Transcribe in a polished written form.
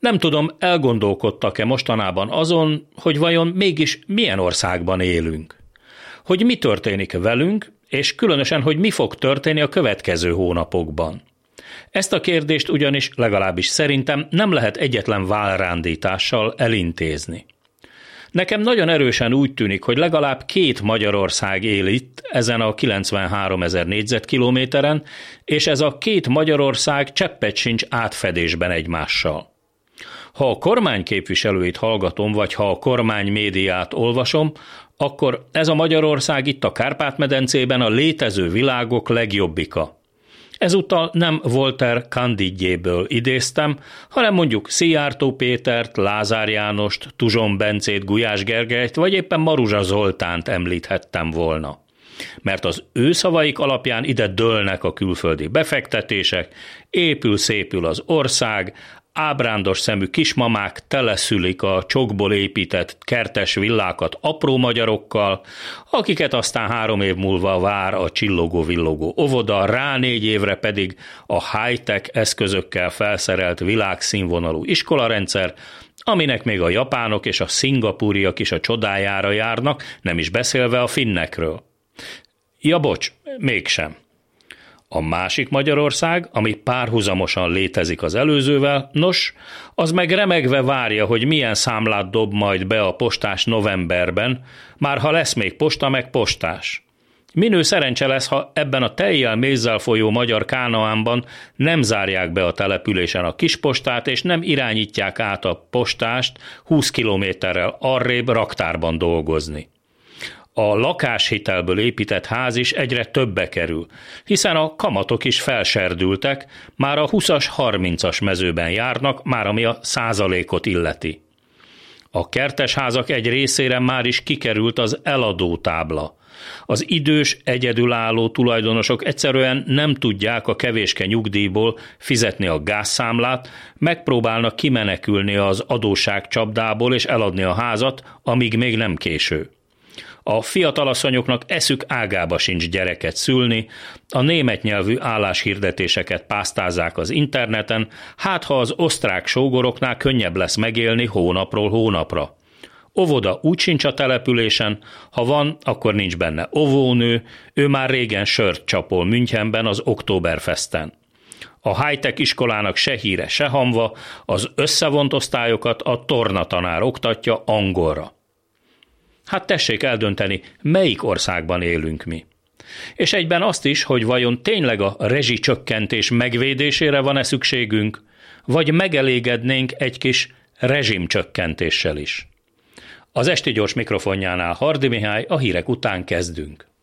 Nem tudom, elgondolkodtak-e mostanában azon, hogy vajon mégis milyen országban élünk. Hogy mi történik velünk, és különösen, hogy mi fog történni a következő hónapokban. Ezt a kérdést ugyanis legalábbis szerintem nem lehet egyetlen vállrándítással elintézni. Nekem nagyon erősen úgy tűnik, hogy legalább 2 Magyarország él itt, ezen a 93 000 négyzetkilométeren, és ez a 2 Magyarország cseppet sincs átfedésben egymással. Ha a kormány képviselőit hallgatom, vagy ha a kormány médiát olvasom, akkor ez a Magyarország itt a Kárpát-medencében a létező világok legjobbika. Ezúttal nem Voltaire Candide-jéből idéztem, hanem mondjuk Szijjártó Pétert, Lázár Jánost, Tuzson Bencét, Gulyás Gergelyt, vagy éppen Maruzsa Zoltánt említhettem volna. Mert az ő szavaik alapján ide dőlnek a külföldi befektetések, épül-szépül az ország, ábrándos szemű kismamák teleszülik a csokból épített kertes villákat apró magyarokkal, akiket aztán 3 év múlva vár a csillogó-villogó óvoda, rá 4 évre pedig a high-tech eszközökkel felszerelt világszínvonalú iskolarendszer, aminek még a japánok és a szingapúriak is a csodájára járnak, nem is beszélve a finnekről. Ja bocs, mégsem. A másik Magyarország, ami párhuzamosan létezik az előzővel, nos, az meg remegve várja, hogy milyen számlát dob majd be a postás novemberben, már ha lesz még posta meg postás. Minő szerencse lesz, ha ebben a tejjel mézzel folyó magyar Kánaánban nem zárják be a településen a kispostát, és nem irányítják át a postást 20 kilométerrel arrébb raktárban dolgozni. A lakáshitelből épített ház is egyre többe kerül, hiszen a kamatok is felserdültek, már a 20-as, 30-as mezőben járnak, már ami a százalékot illeti. A kertesházak egy részére már is kikerült az eladó tábla. Az idős, egyedülálló tulajdonosok egyszerűen nem tudják a kevéske nyugdíjból fizetni a gázszámlát, megpróbálnak kimenekülni az adósságcsapdából és eladni a házat, amíg még nem késő. A fiatalasszonyoknak eszük ágába sincs gyereket szülni, a német nyelvű álláshirdetéseket pásztázzák az interneten, hát ha az osztrák sógoroknál könnyebb lesz megélni hónapról hónapra. Óvoda úgy sincs a településen, ha van, akkor nincs benne óvónő, ő már régen sört csapol Münchenben az Oktoberfesten. A high-tech iskolának se híre, se hamva, az összevont osztályokat a tornatanár oktatja angolra. Hát tessék eldönteni, melyik országban élünk mi. És egyben azt is, hogy vajon tényleg a rezsicsökkentés megvédésére van-e szükségünk, vagy megelégednénk egy kis rezsimcsökkentéssel is. Az Esti Gyors mikrofonjánál Hardy Mihály, a hírek után kezdünk.